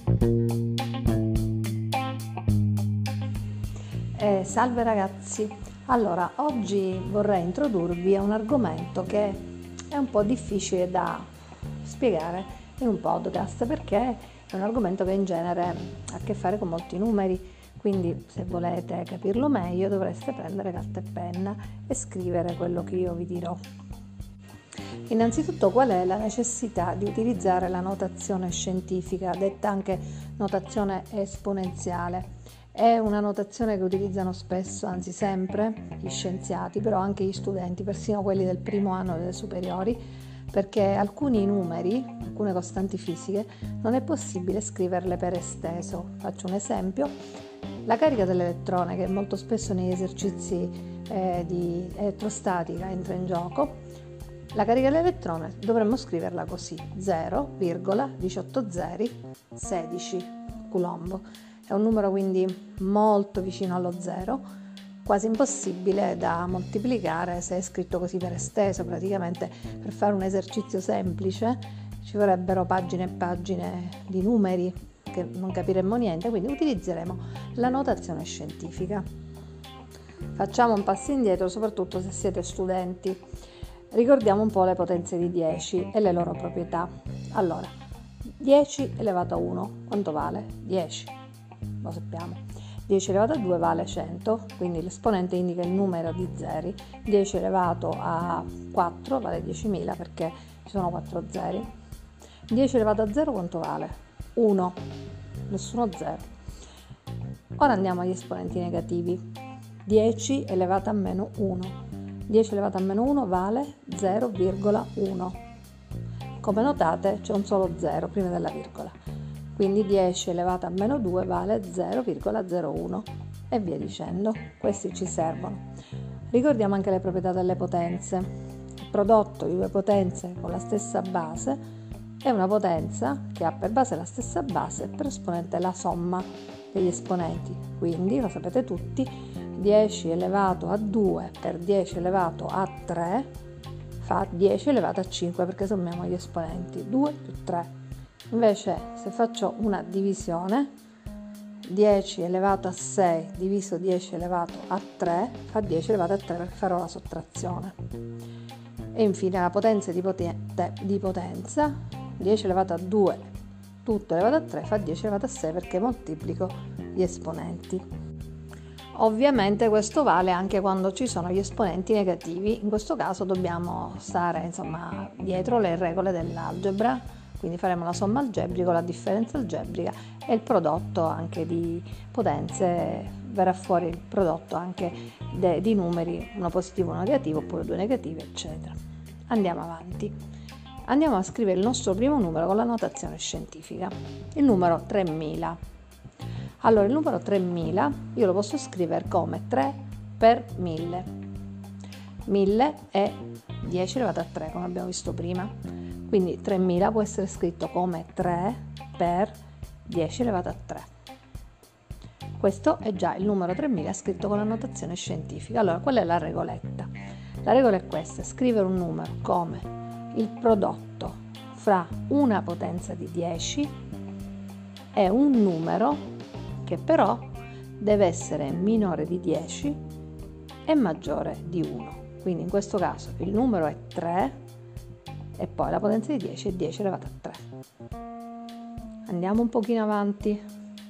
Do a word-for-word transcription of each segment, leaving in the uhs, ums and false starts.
Eh, salve ragazzi, allora oggi vorrei introdurvi a un argomento che è un po' difficile da spiegare in un podcast, perché è un argomento che in genere ha a che fare con molti numeri, quindi se volete capirlo meglio dovreste prendere carta e penna e scrivere quello che io vi dirò. Innanzitutto, qual è la necessità di utilizzare la notazione scientifica, detta anche notazione esponenziale? È una notazione che utilizzano spesso, anzi sempre, gli scienziati, però anche gli studenti, persino quelli del primo anno delle superiori, perché alcuni numeri, alcune costanti fisiche, non è possibile scriverle per esteso. Faccio un esempio: la carica dell'elettrone, che molto spesso negli esercizi eh, di elettrostatica entra in gioco, la carica dell'elettrone dovremmo scriverla così: zero virgola diciotto zeri sedici coulomb. È un numero quindi molto vicino allo zero, quasi impossibile da moltiplicare se è scritto così per esteso. Praticamente per fare un esercizio semplice ci vorrebbero pagine e pagine di numeri che non capiremmo niente, quindi utilizzeremo la notazione scientifica. Facciamo un passo indietro, soprattutto se siete studenti. Ricordiamo un po' le potenze di dieci e le loro proprietà. Allora, dieci elevato a uno, quanto vale? dieci. Lo sappiamo. dieci elevato a due vale cento, quindi l'esponente indica il numero di zeri. dieci elevato a quattro vale diecimila perché ci sono quattro zeri. dieci elevato a zero quanto vale? uno, nessuno zero. Ora andiamo agli esponenti negativi. dieci elevato a meno uno. dieci elevato a meno uno vale zero virgola uno. Come notate c'è un solo zero prima della virgola. Quindi dieci elevato a meno due vale zero virgola zero uno e via dicendo. Questi ci servono. Ricordiamo anche le proprietà delle potenze. Il prodotto di due potenze con la stessa base è una potenza che ha per base la stessa base e per esponente la somma degli esponenti. Quindi, lo sapete tutti, dieci elevato a due per dieci elevato a tre fa dieci elevato a cinque, perché sommiamo gli esponenti, due più tre. Invece se faccio una divisione, dieci elevato a sei diviso dieci elevato a tre fa dieci elevato a tre, perché farò la sottrazione. E infine la potenza di, potente, di potenza, dieci elevato a due tutto elevato a tre fa dieci elevato a sei, perché moltiplico gli esponenti. Ovviamente questo vale anche quando ci sono gli esponenti negativi. In questo caso dobbiamo stare insomma dietro le regole dell'algebra. Quindi faremo la somma algebrica, la differenza algebrica e il prodotto anche di potenze, verrà fuori il prodotto anche de, di numeri, uno positivo, uno negativo, oppure due negativi, eccetera. Andiamo avanti. Andiamo a scrivere il nostro primo numero con la notazione scientifica, il numero tremila. Allora, il numero tremila io lo posso scrivere come tre per mille. mille è dieci elevato a tre, come abbiamo visto prima. Quindi tremila può essere scritto come tre per dieci elevato a tre. Questo è già il numero tremila scritto con la notazione scientifica. Allora, qual è la regoletta? La regola è questa: scrivere un numero come il prodotto fra una potenza di dieci e un numero che però deve essere minore di dieci e maggiore di uno. Quindi in questo caso il numero è tre e poi la potenza di dieci è dieci elevato a tre. Andiamo un pochino avanti.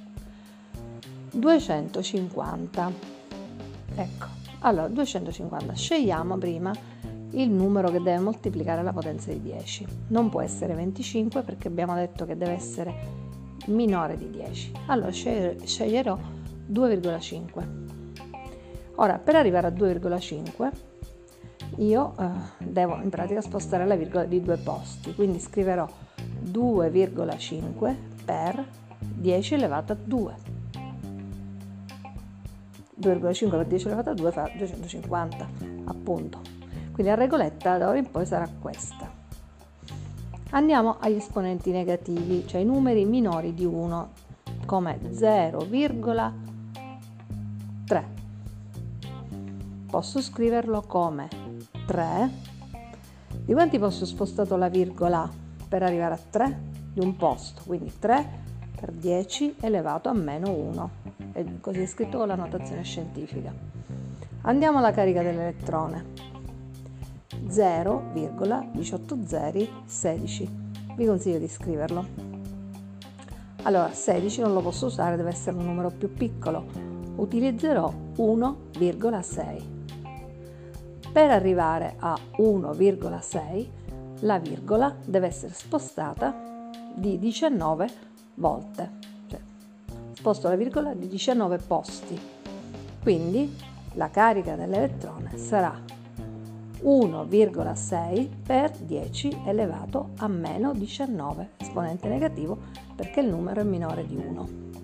duecentocinquanta. Ecco, allora duecentocinquanta. Scegliamo prima il numero che deve moltiplicare la potenza di dieci. Non può essere venticinque perché abbiamo detto che deve essere minore di dieci. Allora sceglierò due virgola cinque. Ora, per arrivare a due virgola cinque io eh, devo in pratica spostare la virgola di due posti, quindi scriverò due virgola cinque per dieci elevato a due. due virgola cinque per dieci elevato a due fa duecentocinquanta, appunto. Quindi la regoletta da ora in poi sarà questa. Andiamo agli esponenti negativi, cioè i numeri minori di uno, come zero virgola tre. Posso scriverlo come tre. Di quanti posso spostare la virgola per arrivare a tre? Di un posto, quindi tre per dieci elevato a meno uno, e così è scritto con la notazione scientifica. Andiamo alla carica dell'elettrone, zero virgola diciotto zeri sedici, vi consiglio di scriverlo. Allora, sedici non lo posso usare, deve essere un numero più piccolo, utilizzerò uno virgola sei. Per arrivare a uno virgola sei la virgola deve essere spostata di diciannove volte, cioè sposto la virgola di diciannove posti, quindi la carica dell'elettrone sarà uno virgola sei per dieci elevato a meno diciannove, esponente negativo perché il numero è minore di uno.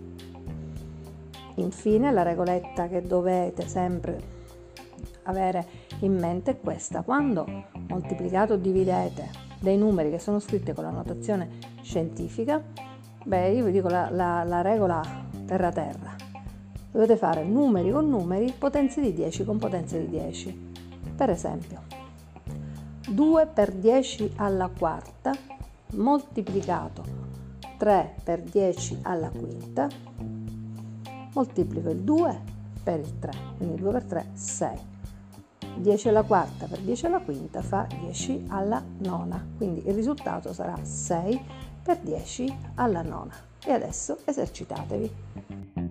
Infine la regoletta che dovete sempre avere in mente è questa: quando moltiplicate o dividete dei numeri che sono scritti con la notazione scientifica, beh, io vi dico la, la, la regola terra terra, dovete fare numeri con numeri, potenze di dieci con potenze di dieci. Per esempio, due per dieci alla quarta moltiplicato tre per dieci alla quinta, moltiplico il due per il tre, quindi due per tre, sei. dieci alla quarta per dieci alla quinta fa dieci alla nona, quindi il risultato sarà sei per dieci alla nona. E adesso esercitatevi.